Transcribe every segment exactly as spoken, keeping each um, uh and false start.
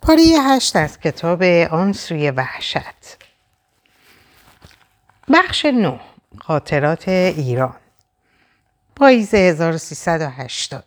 پاره هشت از کتاب آن سوی وحشت. بخش نه، خاطرات ایران. پاییز هزار و سیصد و هشتاد.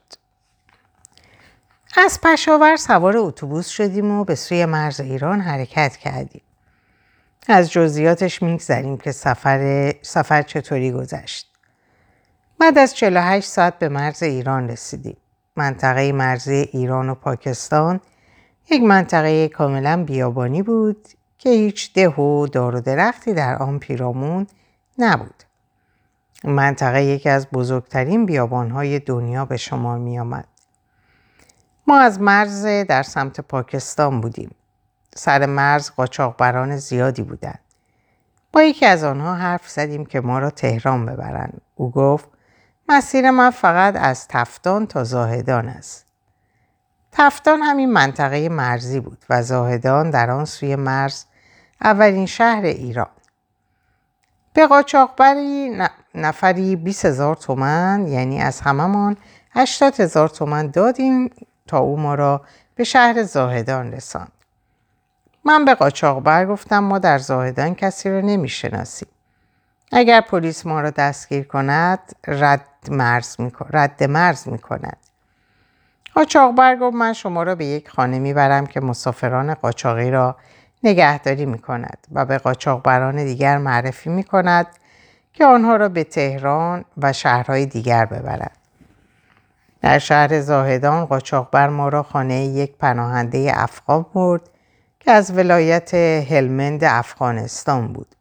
از پشاور سوار اتوبوس شدیم و به سوی مرز ایران حرکت کردیم. از جزئیاتش میگذریم که سفر سفر چطوری گذشت. بعد از چهل و هشت ساعت به مرز ایران رسیدیم. منطقه مرزی ایران و پاکستان یک منطقه کاملا بیابانی بود که هیچ ده و دار و درختی در آن پیرامون نبود. منطقه یکی از بزرگترین بیابان‌های دنیا به شمار می آمد. ما از مرز در سمت پاکستان بودیم. سر مرز قاچاقبران زیادی بودند. با یکی از آنها حرف زدیم که ما را تهران ببرند. او گفت مسیر من فقط از تفتان تا زاهدان است. تفتان همین منطقه مرزی بود و زاهدان در آن سوی مرز اولین شهر ایران. به قاچاقبری نفری بیست هزار تومان، یعنی از هممان هشتاد هزار تومان دادیم تا او ما را به شهر زاهدان رساند. من به قاچاقبر گفتم ما در زاهدان کسی را نمی شناسیم. اگر پلیس ما را دستگیر کند رد مرز می رد مرز می کند. قاچاقبر گفت من شما را به یک خانه می برم که مسافران قاچاقی را نگهداری می کند و به قاچاقبران دیگر معرفی می کند که آنها را به تهران و شهرهای دیگر ببرد. در شهر زاهدان قاچاقبر ما را خانه یک پناهنده افغان برد که از ولایت هلمند افغانستان بود.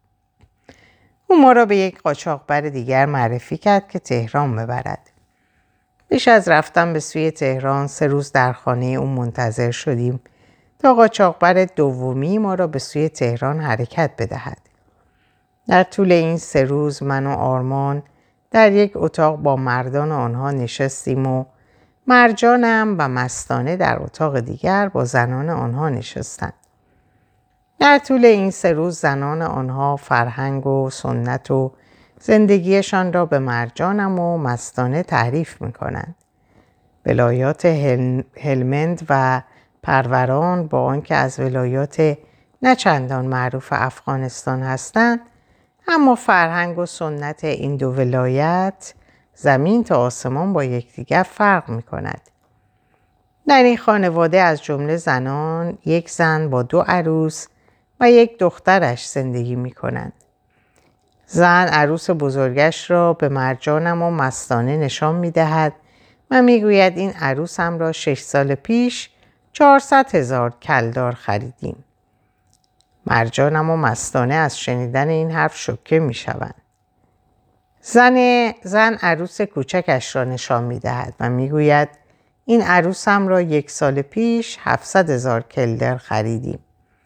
او ما را به یک قاچاقبر دیگر معرفی کرد که تهران ببرد. پیش از رفتن به سوی تهران سه روز در خانه او منتظر شدیم تا قاچاقبر دومی ما را به سوی تهران حرکت بدهد. در طول این سه روز من و آرمان در یک اتاق با مردان آنها نشستیم و مرجانم و مستانه در اتاق دیگر با زنان آنها نشستند. در طول این سه روز زنان آنها فرهنگ و سنت و زندگیشان را به مرجانم و مستانه تعریف می‌کنند. ولایات هل... هلمند و پروران با آنکه از ولایات نه چندان معروف افغانستان هستند، اما فرهنگ و سنت این دو ولایت زمین تا آسمان با یکدیگر فرق می‌کند. در این خانواده از جمله زنان یک زن با دو عروس و یک دخترش زندگی می‌کنند. زن عروس بزرگش را به مرجانم و مستانه نشان می‌دهد و می‌گوید این عروسم را شش سال پیش چهارصد هزار کلدار خریدیم. مرجانم و مستانه از شنیدن این حرف شوکه می‌شوند. زن زن عروس کوچکش را نشان می‌دهد و می‌گوید این عروسم را یک سال پیش هفتصد هزار کلدر خریدیم.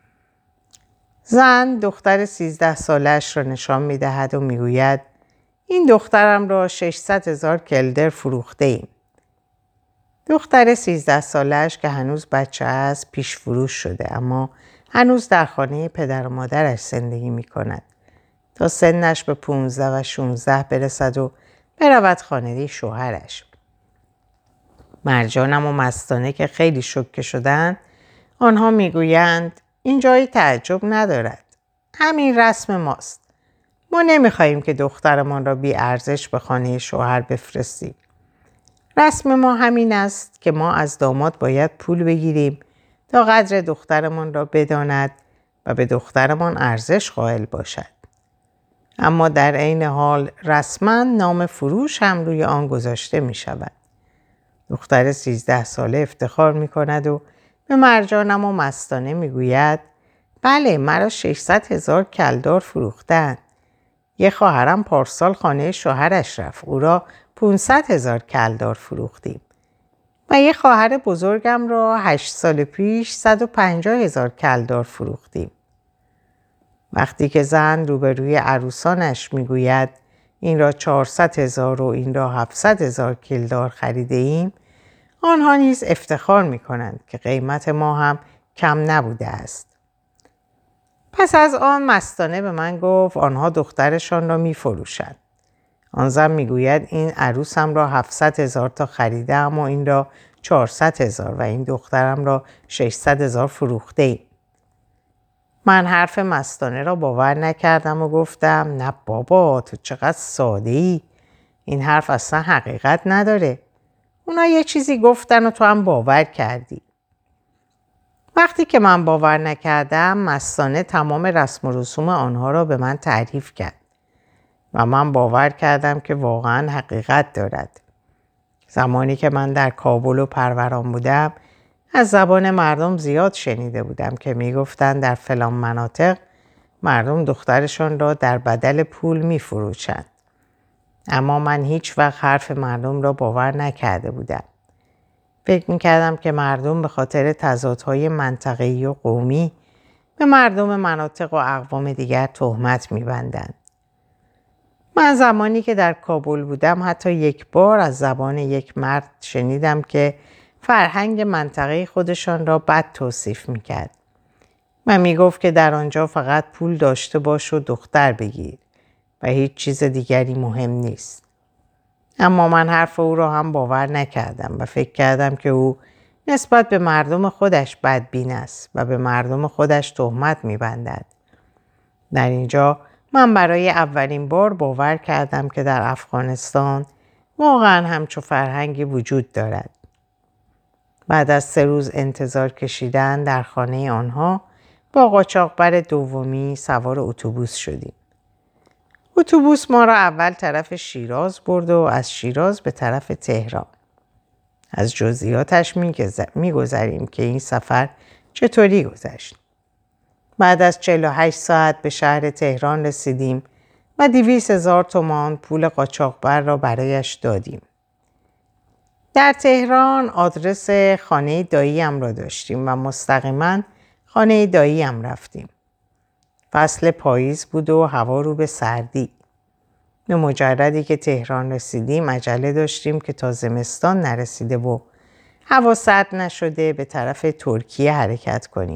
زن دختر سیزده سالش را نشان می‌دهد و می‌گوید این دخترم را ششصد هزار کلدر فروخته ایم. دختر سیزده سالش که هنوز بچه است پیش فروش شده، اما هنوز در خانه پدر و مادرش زندگی می‌کند تا سنش به پانزده و شانزده برسد و برود خانه شوهرش. مرجانم و مستانه که خیلی شوکه شدند، آنها می‌گویند این جای تعجب ندارد. همین رسم ماست. ما نمی‌خواهیم که دخترمان را بی ارزش به خانه شوهر بفرستیم. رسم ما همین است که ما از داماد باید پول بگیریم تا قدر دخترمان را بداند و به دخترمان ارزش قائل باشد. اما در عین حال رسما نام فروش هم روی آن گذاشته می شود. دختر سیزده ساله افتخار می کند و به مرجانم و مستانه می گوید بله مرا ششصد هزار کلدار فروختند. یه خواهرم پارسال خانه شوهرش رفت. او را پانصد هزار کلدار فروختیم. و یه خواهر بزرگم را هشت سال پیش صد و پنجاه هزار کلدار فروختیم. وقتی که زن روبروی عروسانش میگوید این را چهارصد هزار و این را هفتصد هزار کلدار خریده ایم، آنها نیز افتخار میکنند که قیمت ما هم کم نبوده است. پس از آن مستانه به من گفت آنها دخترشان را میفروشند. آن زن میگوید این عروسم را هفتصد هزار تا خریدم و این را چهارصد هزار و این دخترم را ششصد هزار فروخته ایم. من حرف مستانه را باور نکردم و گفتم نه بابا تو چقدر ساده ای. این حرف اصلا حقیقت نداره. اونا یه چیزی گفتن و تو هم باور کردی. وقتی که من باور نکردم مستانه تمام رسم و رسوم آنها را به من تعریف کرد و من باور کردم که واقعا حقیقت دارد. زمانی که من در کابل و پروران بودم از زبان مردم زیاد شنیده بودم که میگفتن در فلان مناطق مردم دخترشان را در بدل پول میفروشند. اما من هیچ وقت حرف مردم را باور نکرده بودم. فکر میکردم که مردم به خاطر تضادهای منطقه‌ای و قومی به مردم مناطق و اقوام دیگر تهمت میبندند. من زمانی که در کابل بودم حتی یک بار از زبان یک مرد شنیدم که فرهنگ منطقه خودشان را بد توصیف میکرد و میگفت که در آنجا فقط پول داشته باش و دختر بگیر و هیچ چیز دیگری مهم نیست. اما من حرف او را هم باور نکردم و فکر کردم که او نسبت به مردم خودش بدبین است و به مردم خودش تهمت میبندد. در اینجا من برای اولین بار باور کردم که در افغانستان واقعا همچو فرهنگی وجود دارد. بعد از سه روز انتظار کشیدن در خانه آنها با قاچاقبر دومی سوار اتوبوس شدیم. اتوبوس ما را اول طرف شیراز برد و از شیراز به طرف تهران. از جزئیاتش میگذریم که این سفر چطوری گذشت. بعد از چهل و هشت ساعت به شهر تهران رسیدیم و دویست هزار تومان پول قاچاقبر را برایش دادیم. در تهران آدرس خانه داییم را داشتیم و مستقیما خانه داییم رفتیم. فصل پاییز بود و هوا رو به سردی. به مجردی که تهران رسیدیم عجله داشتیم که تا زمستان نرسیده و هوا سرد نشده به طرف ترکیه حرکت کنیم.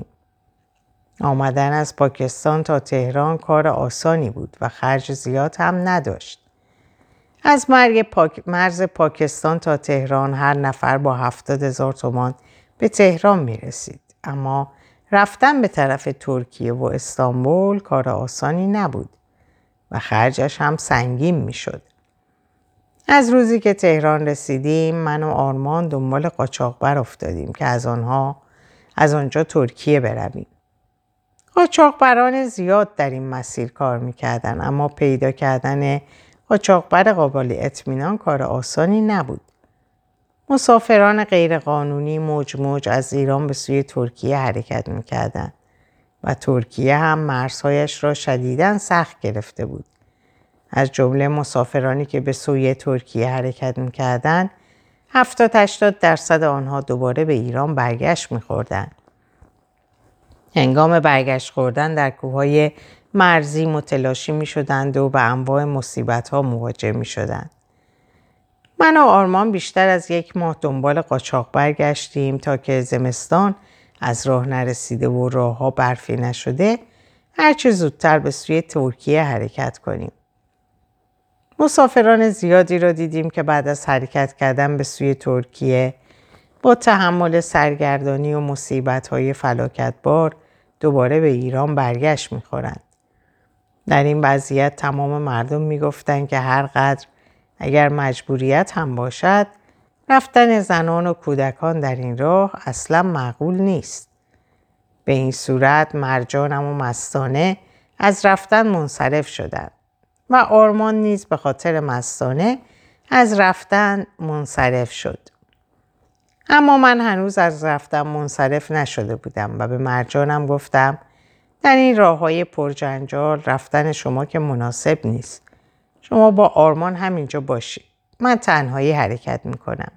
آمدن از پاکستان تا تهران کار آسانی بود و خرج زیاد هم نداشت. از مرگ پاک... مرز پاکستان تا تهران هر نفر با هفتاد هزار تومان به تهران می رسید. اما رفتن به طرف ترکیه و استانبول کار آسانی نبود و خرجش هم سنگین می شد. از روزی که تهران رسیدیم من و آرمان دنبال قاچاقبر افتادیم که از آنها از آنجا ترکیه برویم. قاچاقبران زیاد در این مسیر کار میکردن اما پیدا کردن قاچاقبر قابل اطمینان کار آسانی نبود. مسافران غیرقانونی موج موج از ایران به سوی ترکیه حرکت میکردند و ترکیه هم مرزهایش را شدیداً سخت گرفته بود. از جمله مسافرانی که به سوی ترکیه حرکت میکردند هفتاد هشتاد درصد آنها دوباره به ایران برگشت میخوردند. هنگام برگشت خوردن در کوههای مرزی متلاشی می شدند و به انواع مصیبت ها مواجه می شدند. من و آرمان بیشتر از یک ماه دنبال قاچاقبر گشتیم تا که زمستان از راه نرسیده و راه ها برفی نشده هرچه زودتر به سوی ترکیه حرکت کنیم. مسافران زیادی را دیدیم که بعد از حرکت کردن به سوی ترکیه با تحمل سرگردانی و مصیبت‌های فلاکتبار دوباره به ایران برگشت می‌خورند. در این وضعیت تمام مردم می‌گفتند که هر قدر اگر مجبوریت هم باشد رفتن زنان و کودکان در این راه اصلا معقول نیست. به این صورت مرجانم و مستانه از رفتن منصرف شدند و آرمان نیز به خاطر مستانه از رفتن منصرف شد. اما من هنوز از رفتن منصرف نشده بودم و به مرجانم گفتم در این راه‌های پرجنجال رفتن شما که مناسب نیست. شما با آرمان همینجا باشید. من تنهایی حرکت میکنم.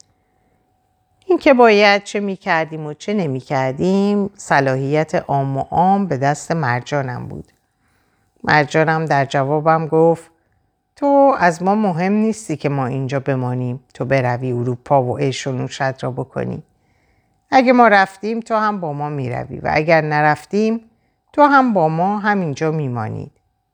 این که باید چه میکردیم و چه نمیکردیم صلاحیت عام و عام به دست مرجانم بود. مرجانم در جوابم گفت تو از ما مهم نیستی که ما اینجا بمانیم، تو بروی اروپا و عیش و نوشت را بکنی. اگه ما رفتیم تو هم با ما میروی و اگر نرفتیم تو هم با ما همینجا میمانید.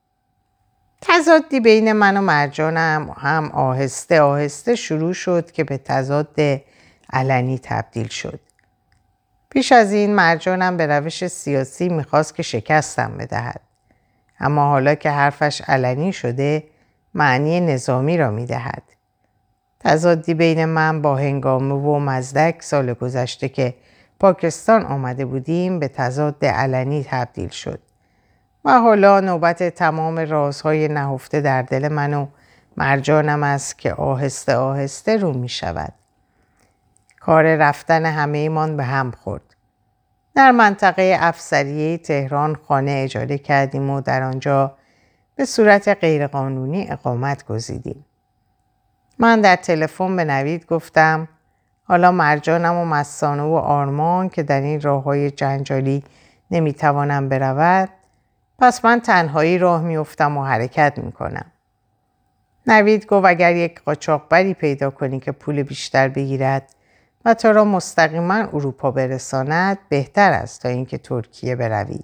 تضادی بین من و مرجانم هم آهسته آهسته شروع شد که به تضاد علنی تبدیل شد. پیش از این مرجانم به روش سیاسی میخواست که شکستم بدهد. اما حالا که حرفش علنی شده معنی نظامی را میدهد. تضادی بین من با هنگامه و مزدک سال گذشته که پاکستان آمده بودیم به تضاد علنی تبدیل شد. و حالا نوبت تمام رازهای نهفته در دل من و مرجانم است که آهسته آهسته رو می شود. کار رفتن همه ایمان به هم خورد. در منطقه افسریه تهران خانه اجاره کردیم و در آنجا به صورت غیرقانونی اقامت گزیدیم. من در تلفن به نوید گفتم حالا مرجانم و مثانه و آرمان که در این راههای جنجالی نمیتوانم برود، پس من تنهایی راه میافتم و حرکت میکنم. نوید گفت اگر یک قاچاقبری پیدا کنی که پول بیشتر بگیرد و تو را مستقیما اروپا برساند بهتر است تا اینکه ترکیه بروی.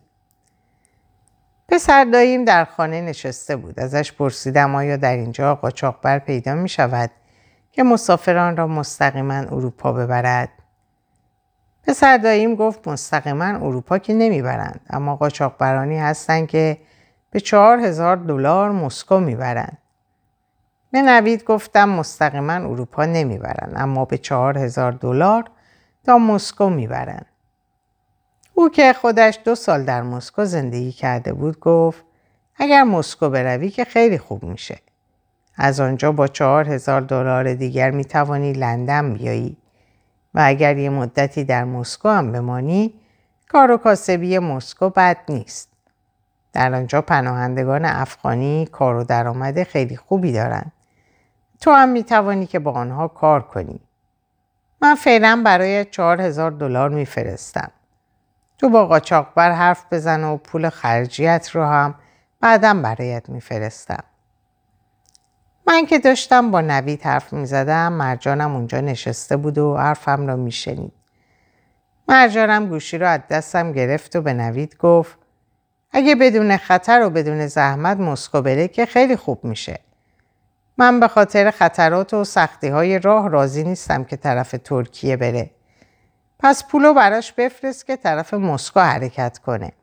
پسر داییم در خانه نشسته بود. ازش پرسیدم آیا در اینجا قاچاقبر پیدا می شود که مسافران را مستقیما اروپا ببرد؟ پسر داییم گفت مستقیما اروپا که نمی برند، اما قاچاقبرانی هستند که به چهار هزار دلار مسکو می برند. به نوید گفتم مستقیما اروپا نمی برند، اما به چهار هزار دلار تا مسکو می برند. او که خودش دو سال در مسکو زندگی کرده بود گفت اگر مسکو بروی که خیلی خوب میشه. از آنجا با چهار هزار دلار دیگر می توانی لندن بیایی و اگر یه مدتی در مسکو هم بمانی کار و کاسبی مسکو بد نیست. در آنجا پناهندگان افغانی کار و درآمد خیلی خوبی دارند. تو هم می توانی که با آنها کار کنی. من فعلا برای چهار هزار دلار می فرستم. تو با قاچاقبر حرف بزن و پول خرجیت رو هم بعداً برایت میفرستم. من که داشتم با نوید حرف میزدم مرجانم اونجا نشسته بود و حرفم رو میشنید. مرجانم گوشی رو از دستم گرفت و به نوید گفت اگه بدون خطر و بدون زحمت مسکو بره که خیلی خوب میشه. من به خاطر خطرات و سختی های راه راضی نیستم که طرف ترکیه بره. پس پولو براش بفرست که طرف مسکو حرکت کنه.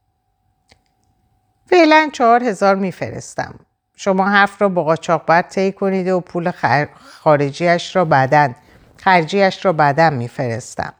فعلا چهار هزار میفرستم. شما حرف را با قاچاقبر طی کنید و پول خارجیش را بعداً خرجیش را بعداً میفرستم.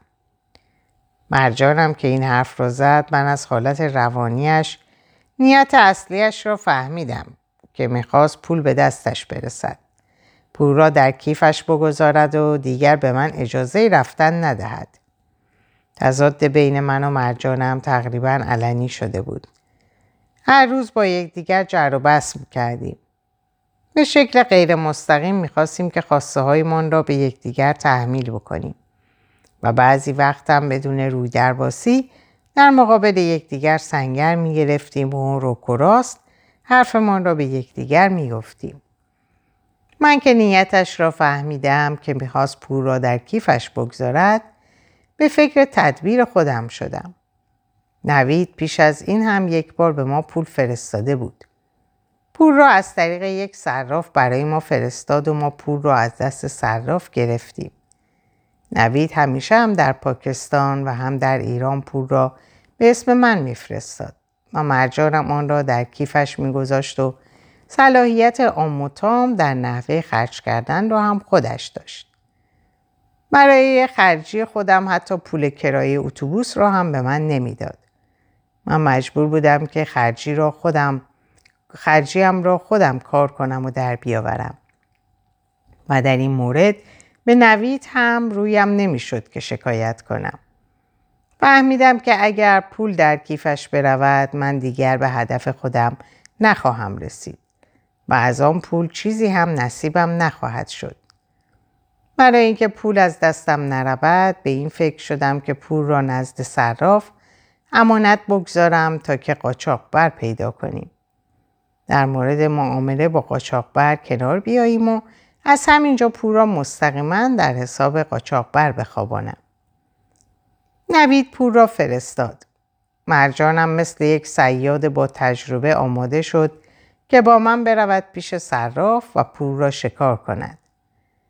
مرجانم که این حرف را زد من از حالت روانیش نیت اصلیش را فهمیدم که میخواست پول به دستش برسد. پول را در کیفش بگذارد و دیگر به من اجازه رفتن ندهد. تضاد بین من و مرجانم تقریباً علنی شده بود. هر روز با یکدیگر جر و بحث می‌کردیم. به شکل غیر مستقیم می‌خواستیم که خواسته هایمان را به یکدیگر تحمیل بکنیم و بعضی وقت هم بدون روی درباسی در مقابل یکدیگر سنگر می‌گرفتیم و رک و راست حرفمان را به یکدیگر می‌گفتیم. من که نیتش را فهمیدم که می‌خواست پول را در کیفش بگذارد به فکر تدبیر خودم شدم. نوید پیش از این هم یک بار به ما پول فرستاده بود. پول را از طریق یک صراف برای ما فرستاد و ما پول را از دست صراف گرفتیم. نوید همیشه هم در پاکستان و هم در ایران پول را به اسم من میفرستاد و مرجانم آن را در کیفش میگذاشت و صلاحیت عام و تام در نحوه خرج کردن را هم خودش داشت. برای خرجی خودم حتی پول کرایه اتوبوس را هم به من نمیداد. من مجبور بودم که خرجی را خودم خرجیم را خودم کار کنم و در بیاورم. و در این مورد به نوید هم رویم نمیشد که شکایت کنم. فهمیدم که اگر پول در کیفش برود من دیگر به هدف خودم نخواهم رسید و از آن پول چیزی هم نصیبم نخواهد شد. برای اینکه پول از دستم نرود به این فکر شدم که پول را نزد صراف امانت بگذارم تا که قاچاقبر پیدا کنیم. در مورد معامله با قاچاقبر کنار بیاییم و از همینجا پول را مستقیما در حساب قاچاقبر بخوابانم. نوید پول را فرستاد. مرجانم مثل یک صیاد با تجربه آماده شد که با من برود پیش صراف و پول را شکار کند.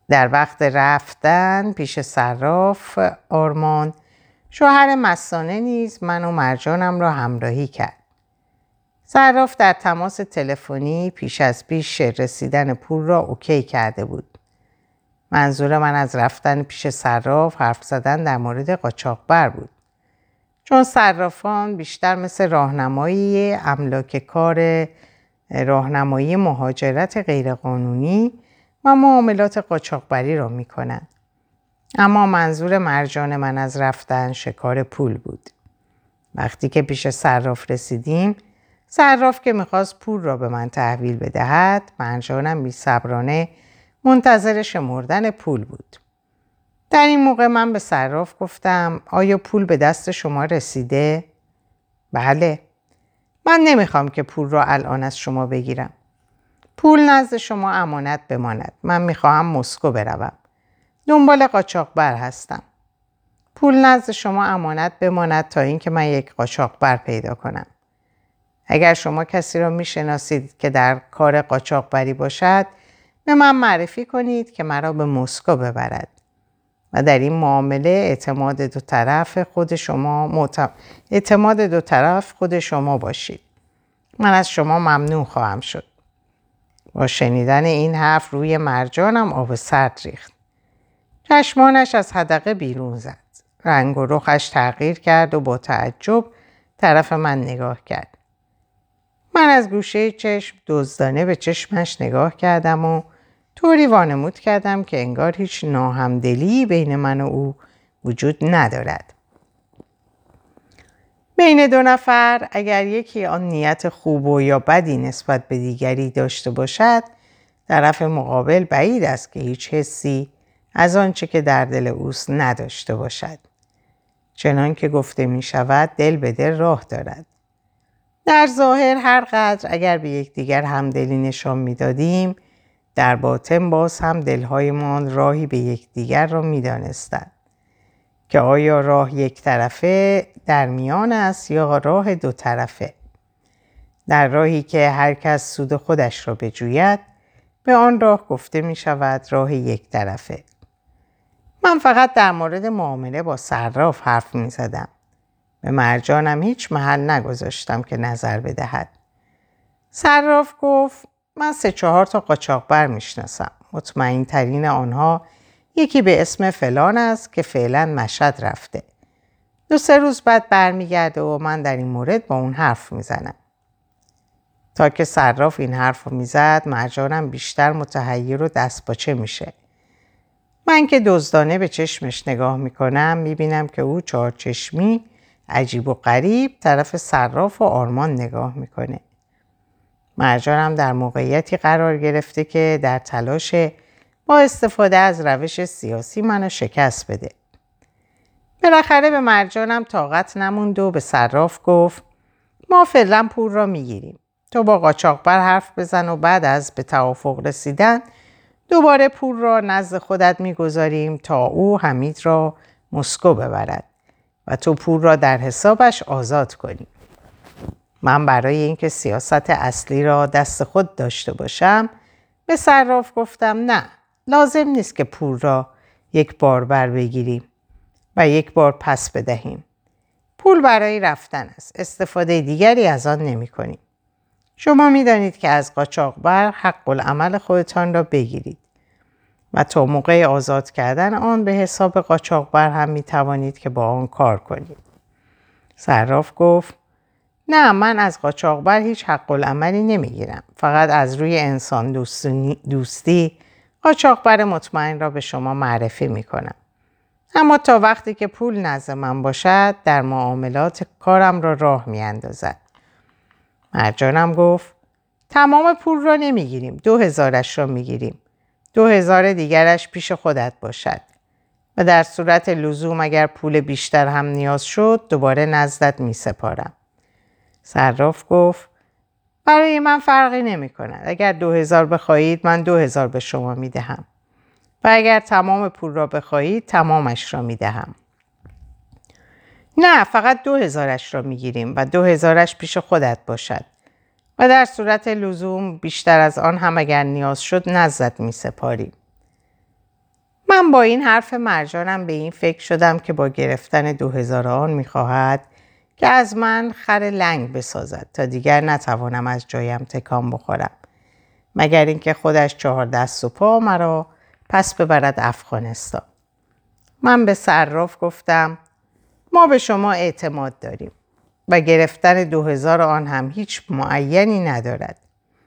در وقت رفتن پیش صراف آرمان، شوهر مستانه نیز من و مرجانم را همراهی کرد. صراف در تماس تلفنی پیش از پیش رسیدن پول را اوکی کرده بود. منظور من از رفتن پیش صراف حرف زدن در مورد قاچاقبر بود. چون صرافان بیشتر مثل راهنمایی املاک کار راهنمایی مهاجرت غیرقانونی و معاملات قاچاقبری را می کنند. اما منظور مرجان من از رفتن شکار پول بود. وقتی که پیش صراف رسیدیم، صراف که میخواست پول را به من تحویل بدهد، مرجانم بی‌صبرانه منتظر شمردن پول بود. در این موقع من به صراف گفتم آیا پول به دست شما رسیده؟ بله. من نمیخوام که پول را الان از شما بگیرم. پول نزد شما امانت بماند. من میخواهم مسکو بروم. دنبال قاچاقبر هستم. پول نزد شما امانت بماند تا اینکه من یک قاچاقبر پیدا کنم. اگر شما کسی را میشناسید که در کار قاچاقبری باشد، به من معرفی کنید که مرا به مسکو ببرد. و در این معامله اعتماد دو طرف خود شما معتم... اعتماد دو طرف خود شما باشید. من از شما ممنون خواهم شد. با شنیدن این حرف روی مرجانم آب سرد ریخت. چشمانش از حدقه بیرون زد. رنگ و رخش تغییر کرد و با تعجب طرف من نگاه کرد. من از گوشه چشم دزدانه به چشمش نگاه کردم و طوری وانمود کردم که انگار هیچ ناهمدلی بین من و او وجود ندارد. بین دو نفر اگر یکی آن نیت خوب و یا بدی نسبت به دیگری داشته باشد، طرف مقابل بعید است که هیچ حسی از آنچه که در دل اوست نداشته باشد. چنان که گفته می شود دل به دل راه دارد. در ظاهر هر قدر اگر به یکدیگر همدلی نشان می دادیم، در باطن باز هم دلهایمان راهی به یکدیگر را می دانستند. که آیا راه یک طرفه در میان است یا راه دو طرفه. در راهی که هر کس سود خودش را بجوید، به آن راه گفته می شود راه یک طرفه. من فقط در مورد معامله با صراف حرف می زدم. به مرجانم هیچ محل نگذاشتم که نظر بدهد. صراف گفت من سه چهار تا قاچاقبر می شناسم. مطمئن ترین آنها یکی به اسم فلان است که فعلا مشهد رفته. دو سه روز بعد برمیگرده و من در این مورد با اون حرف میزنم. تا که صراف این حرف رو میزد، مرجانم بیشتر متحیر و دستپاچه میشه. من که دزدانه به چشمش نگاه میکنم، میبینم که او چهارچشمی عجیب و غریب طرف صراف و آرمان نگاه میکنه. مرجانم در موقعیتی قرار گرفته که در تلاش با استفاده از روش سیاسی منو شکست بده. بالاخره به مرجانم طاقت نموند و به صراف گفت ما فعلا پول را میگیریم. تو با قاچاقبر حرف بزن و بعد از به توافق رسیدن دوباره پول را نزد خودت میگذاریم تا او حمید را مسکو ببرد و تو پول را در حسابش آزاد کنی. من برای اینکه سیاست اصلی را دست خود داشته باشم به صراف گفتم نه، لازم نیست که پول را یک بار بر بگیریم و یک بار پس بدهیم. پول برای رفتن است. استفاده دیگری از آن نمی کنیم. شما می دانید که از قاچاقبر حق العمل خودتان را بگیرید و تا موقع آزاد کردن آن به حساب قاچاقبر هم می توانید که با آن کار کنید. صراف گفت نه، من از قاچاقبر هیچ حق العملی نمی گیرم. فقط از روی انسان دوستی, دوستی قاچاقبر مطمئن را به شما معرفی می کنم. اما تا وقتی که پول نزد من باشد در معاملات کارم را راه می اندازد. مرجانم گفت تمام پول را نمی گیریم. دو هزارش را می گیریم. دو هزار دیگرش پیش خودت باشد. و در صورت لزوم اگر پول بیشتر هم نیاز شد دوباره نزدت می سپارم. صراف گفت برای من فرقی نمی کند. اگر دو هزار بخواهید من دو هزار به شما می دهم. و اگر تمام پول را بخواهید تمامش را می دهم. نه، فقط دو هزارش را می گیریم و دو هزارش پیش خودت باشد. و در صورت لزوم بیشتر از آن هم اگر نیاز شد نزدت می سپاریم. من با این حرف مرجانم به این فکر شدم که با گرفتن دو هزار آن میخواهد که از من خر لنگ بسازد تا دیگر نتوانم از جایم تکان بخورم، مگر اینکه خودش چهار دست و پا مرا پس ببرد افغانستان. من به صراف گفتم ما به شما اعتماد داریم و گرفتن دو هزار آن هم هیچ معینی ندارد،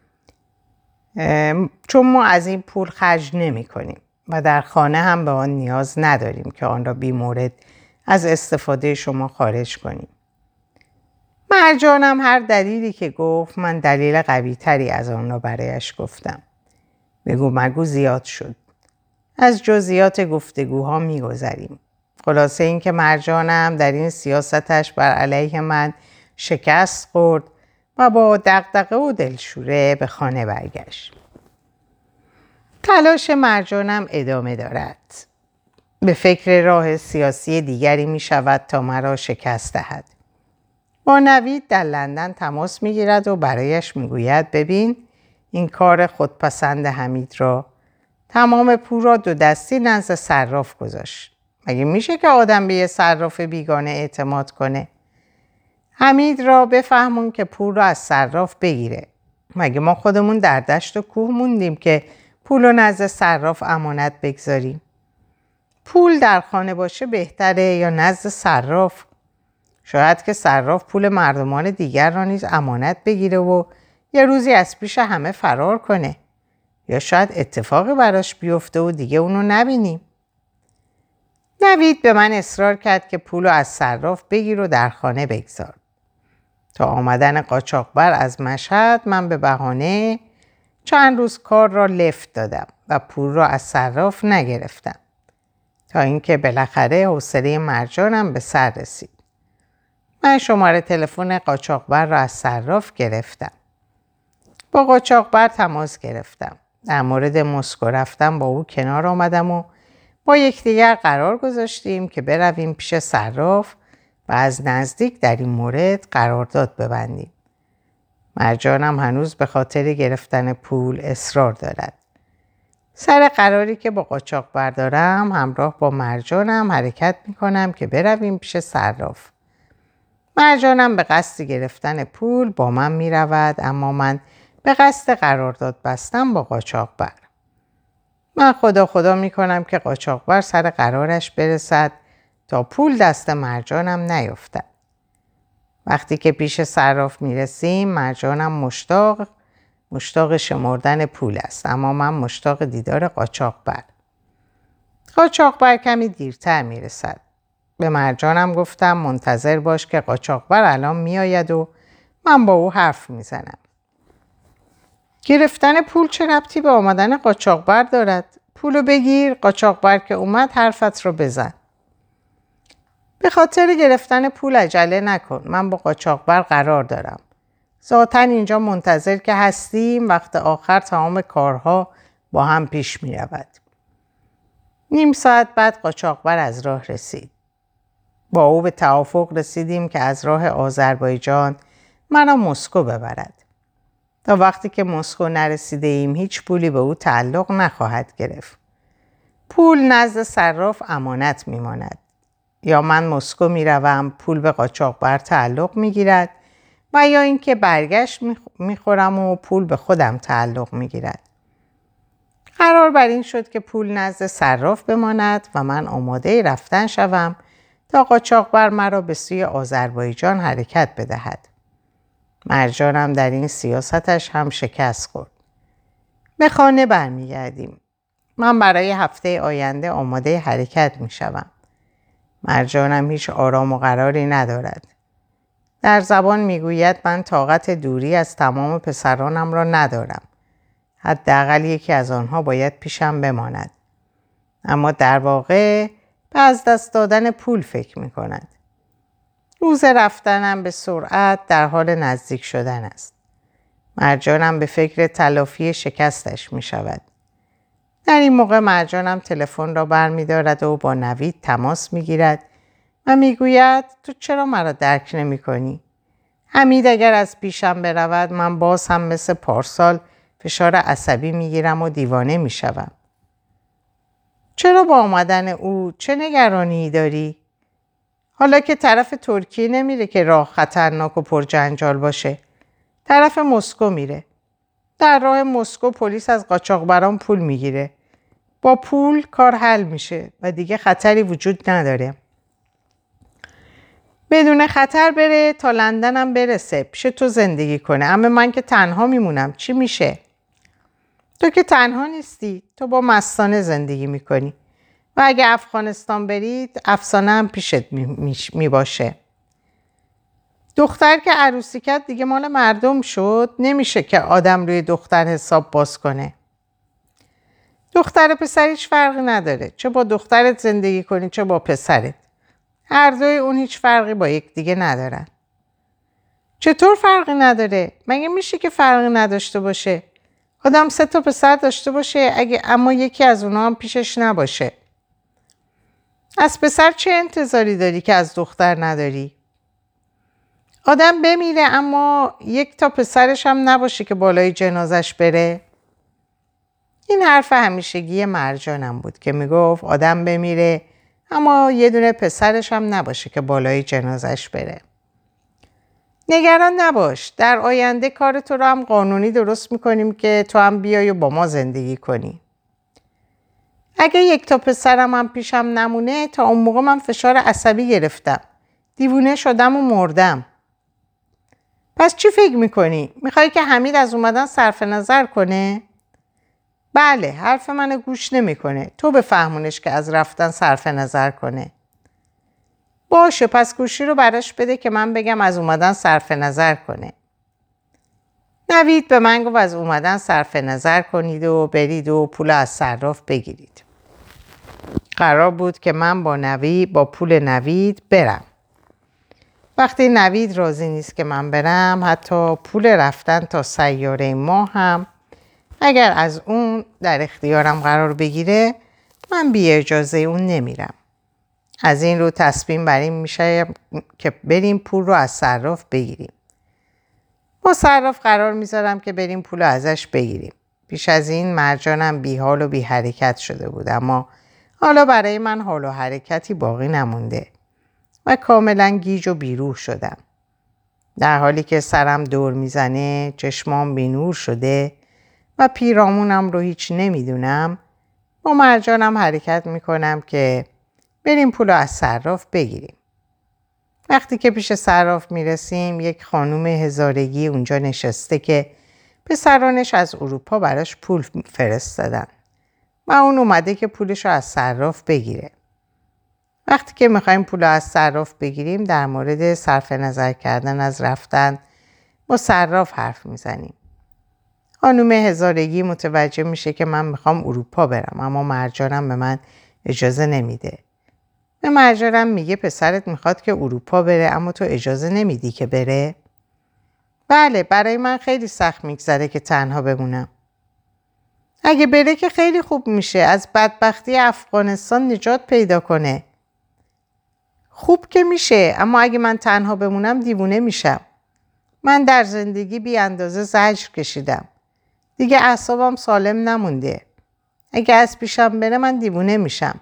چون ما از این پول خرج نمی کنیم و در خانه هم به آن نیاز نداریم که آن را بی مورد از استفاده شما خارج کنیم. مرجانم هر دلیلی که گفت من دلیل قوی تری از آن را برایش گفتم. بگو مگو زیاد شد. از جزئیات گفتگوها می گذریم. خلاصه این که مرجانم در این سیاستش بر علیه من شکست خورد و با دغدغه و دلشوره به خانه برگشت. تلاش مرجانم ادامه دارد. به فکر راه سیاسی دیگری می شود تا مرا شکست دهد. با نوید در لندن تماس می گیرد و برایش می گوید ببین این کار خودپسند حمید را تمام پول را دو دستی نزد صراف گذاشت. مگه میشه که آدم به یه صراف بیگانه اعتماد کنه؟ حمید را بفهمون که پول را از صراف بگیره. مگه ما خودمون در دشت و کوه موندیم که پول رو نزد صراف امانت بگذاریم؟ پول در خانه باشه بهتره یا نزد صراف؟ شاید که صراف پول مردمان دیگر را نیز امانت بگیره و یه روزی از پیش همه فرار کنه. یا شاید اتفاقی براش بیفته و دیگه اونو نبینیم. نوید به من اصرار کرد که پولو از صراف بگیر و در خانه بگذار. تا آمدن قاچاقبر از مشهد من به بهانه چند روز کار را لفت دادم و پول را از صراف نگرفتم. تا اینکه بالاخره حوصله مرجانم به سر رسید. من شماره تلفن قاچاقبر را از صراف گرفتم. با قاچاقبر تماس گرفتم. در مورد مسکو رفتم با او کنار آمدم و با یکدیگر قرار گذاشتیم که برویم پیش صراف و از نزدیک در این مورد قرارداد ببندیم. مرجانم هنوز به خاطر گرفتن پول اصرار دارد. سر قراری که با قاچاقبر دارم همراه با مرجانم حرکت میکنم که برویم پیش صراف. مرجانم به قصد گرفتن پول با من میرود، اما من به قصد قرارداد بستم با قاچاقبر. من خدا خدا میکنم که قاچاقبر سر قرارش برسد تا پول دست مرجانم نیفتد. وقتی که پیش صراف میرسیم مرجانم مشتاق مشتاق شمردن پول است، اما من مشتاق دیدار قاچاقبر. قاچاقبر کمی دیرتر میرسد. به مرجانم گفتم منتظر باش که قاچاقبر الان میآید و من با او حرف میزنم. گرفتن پول چه ربطی به آمدن قاچاقبر دارد؟ پولو بگیر، قاچاقبر که اومد حرفت رو بزن. به خاطر گرفتن پول عجله نکن. من با قاچاقبر قرار دارم. ذاتاً اینجا منتظر که هستیم، وقت آخر تمام کارها با هم پیش می رود. نیم ساعت بعد قاچاقبر از راه رسید. با او به توافق رسیدیم که از راه آذربایجان منو مسکو ببرد. تا وقتی که مسکو نرسیده ایم هیچ پولی به او تعلق نخواهد گرفت. پول نزد صراف امانت میماند. یا من مسکو میروم پول به قاچاقبر تعلق میگیرد و یا اینکه برگشت میخورم و پول به خودم تعلق میگیرد. قرار بر این شد که پول نزد صراف بماند و من آماده رفتن شوم تا قاچاقبر مرا به سوی آذربایجان حرکت بدهد. مرجانم در این سیاستش هم شکست خورد. به خانه برمیگردیم. من برای هفته آینده آماده حرکت می شوم. مرجانم هیچ آرام و قراری ندارد. در زبان می گوید من طاقت دوری از تمام پسرانم را ندارم. حداقل یکی از آنها باید پیشم بماند. اما در واقع به از دست دادن پول فکر می کند. روز رفتنم به سرعت در حال نزدیک شدن است. مرجانم به فکر تلافی شکستش می شود. در این موقع مرجانم تلفن را بر می دارد و با نوید تماس می گیرد و می گوید تو چرا مرا درک نمی کنی؟ حمید اگر از پیشم برود من باز هم مثل پارسال فشار عصبی می گیرم و دیوانه می شوم. چرا با آمدن او چه نگرانی داری؟ حالا که طرف ترکیه نمیره که راه خطرناک و پرجنجال باشه. طرف مسکو میره. در راه مسکو پلیس از قاچاقبران پول میگیره. با پول کار حل میشه و دیگه خطری وجود نداره. بدون خطر بره تا لندن هم برسه، پیش تو زندگی کنه. اما من که تنها میمونم چی میشه؟ تو که تنها نیستی، تو با مستانه زندگی میکنی و اگه افغانستان برید افسانه هم پیشت میباشه. می دختر که عروسی کرد دیگه مال مردم شد، نمیشه که آدم روی دختر حساب باز کنه. دختر پسر هیچ فرقی نداره، چه با دخترت زندگی کنی چه با پسرت. هر دوی اون هیچ فرقی با یک دیگه ندارن. چطور فرقی نداره؟ مگه میشه که فرقی نداشته باشه؟ آدم سه تا پسر داشته باشه اگه اما یکی از اونها هم پیشش نباشه. از پسر چه انتظاری داری که از دختر نداری؟ آدم بمیره اما یک تا پسرش هم نباشه که بالای جنازش بره؟ این حرف همیشگی مرجانم بود که میگفت آدم بمیره اما یه دونه پسرش هم نباشه که بالای جنازش بره. نگران نباش، در آینده کار تو رو هم قانونی درست میکنیم که تو هم بیای و با ما زندگی کنی. اگه یک تا پسرم هم پیشم نمونه تا اون موقع من فشار عصبی گرفتم. دیوونه شدم و مردم. پس چی فکر میکنی؟ میخوای که حمید از اومدن صرف نظر کنه؟ بله، حرف منو گوش نمیکنه. تو بفهمونش که از رفتن صرف نظر کنه. باشه، پس گوشی رو براش بده که من بگم از اومدن صرف نظر کنه. نوید به من گفت از اومدن صرف نظر کنید و برید و پول از صراف بگیرید. قرار بود که من با نوید با پول نوید برم. وقتی نوید راضی نیست که من برم، حتی پول رفتن تا سیاره ما هم اگر از اون در اختیارم قرار بگیره، من بی اجازه اون نمیرم. از این رو تصمیم بر این میشه که بریم پول رو از صراف بگیریم. با صراف قرار میذارم که بریم پول رو ازش بگیریم. پیش از این مرجانم بی حال و بی حرکت شده بود، اما حالا برای من حال و حرکتی باقی نمونده و کاملا گیج و بیروح شدم. در حالی که سرم دور میزنه، چشمام بی نور شده و پیرامونم رو هیچ نمیدونم، با مرجانم حرکت میکنم که بریم پول رو از صراف بگیریم. وقتی که پیش صراف میرسیم، یک خانوم هزارگی اونجا نشسته که پسرانش از اروپا براش پول فرستادن و اون اومده که پولش رو از صراف بگیره. وقتی که میخوایم پول رو از صراف بگیریم، در مورد صرف نظر کردن از رفتن با صراف حرف میزنیم. خانوم هزارگی متوجه میشه که من میخوام اروپا برم، اما مرجانم به من اجازه نمیده. به مرجانم میگه پسرت میخواد که اروپا بره اما تو اجازه نمیدی که بره؟ بله، برای من خیلی سخت میگذره که تنها بمونم. اگه بره که خیلی خوب میشه، از بدبختی افغانستان نجات پیدا کنه. خوب که میشه، اما اگه من تنها بمونم دیوونه میشم. من در زندگی بی اندازه زجر کشیدم. دیگه اعصابم سالم نمونده. اگه از پیشم بره من دیوونه میشم.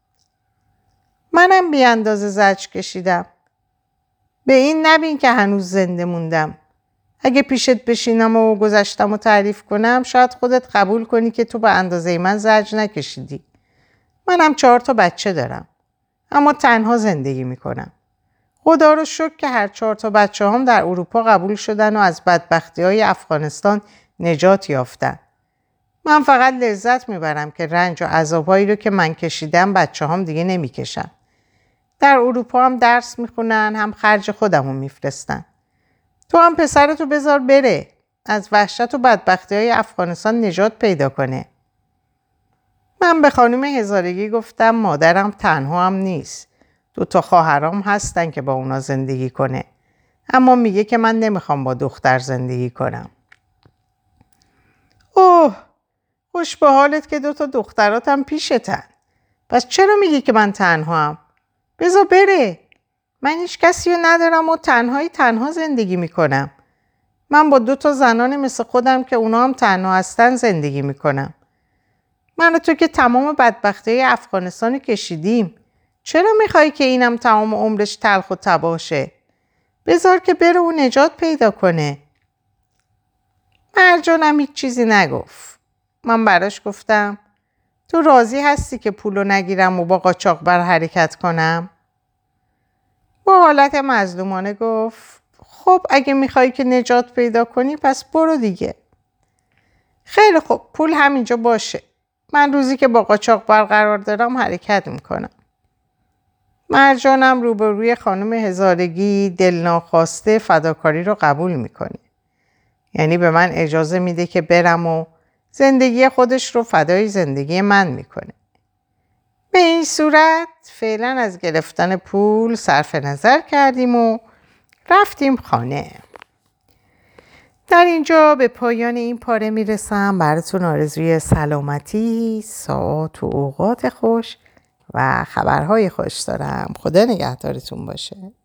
منم بی اندازه زجر کشیدم. به این نبین که هنوز زنده موندم. اگه پیشت بشینم و گذشتم و تعریف کنم، شاید خودت قبول کنی که تو به اندازه من زجر نکشیدی. منم چهار تا بچه دارم. اما تنها زندگی میکنم. خدا رو شکر که هر چهار تا بچه هم در اروپا قبول شدن و از بدبختی های افغانستان نجات یافتن. من فقط لذت میبرم که رنج و عذابایی رو که من کشیدم بچه هم دیگه نمیکشن. در اروپا هم درس میخونن، هم خرج خودمون میفرستن. تو هم پسرتو بذار بره، از وحشت و بدبختی های افغانستان نجات پیدا کنه. من به خانم هزارگی گفتم مادرم تنها هم نیست. دو تا خواهرام هستن که با اونا زندگی کنه. اما میگه که من نمیخوام با دختر زندگی کنم. اوه، خوش به حالت که دو تا دختراتم پیشتن. پس چرا میگی که من تنها هم؟ بذار بره. من هیچ کسی رو ندارم و تنهایی تنها زندگی میکنم. من با دو تا زنان مثل خودم که اونا هم تنها هستن زندگی میکنم. من و تو که تمام بدبختی افغانستان کشیدیم. چرا میخوای که اینم تمام عمرش تلخ و تباشه؟ بذار که بره و نجات پیدا کنه. مرجانم هیچ چیزی نگفت. من براش گفتم تو راضی هستی که پولو نگیرم و با قاچاق بر حرکت کنم؟ با حالت مظلومانه گفت خب اگه میخوای که نجات پیدا کنی پس برو دیگه. خیلی خب پول همینجا باشه. من روزی که با قاچاق بر قرار دارم حرکت میکنم. مرجانم روبروی خانم هزارگی دلناخواسته فداکاری رو قبول میکنه. یعنی به من اجازه میده که برم و زندگی خودش رو فدای زندگی من میکنه. به این صورت فعلا از گرفتن پول صرف نظر کردیم و رفتیم خانه. در اینجا به پایان این پاره میرسم. براتون آرزوی سلامتی، ساعات و اوقات خوش و خبرهای خوش دارم. خدا نگهدارتون باشه.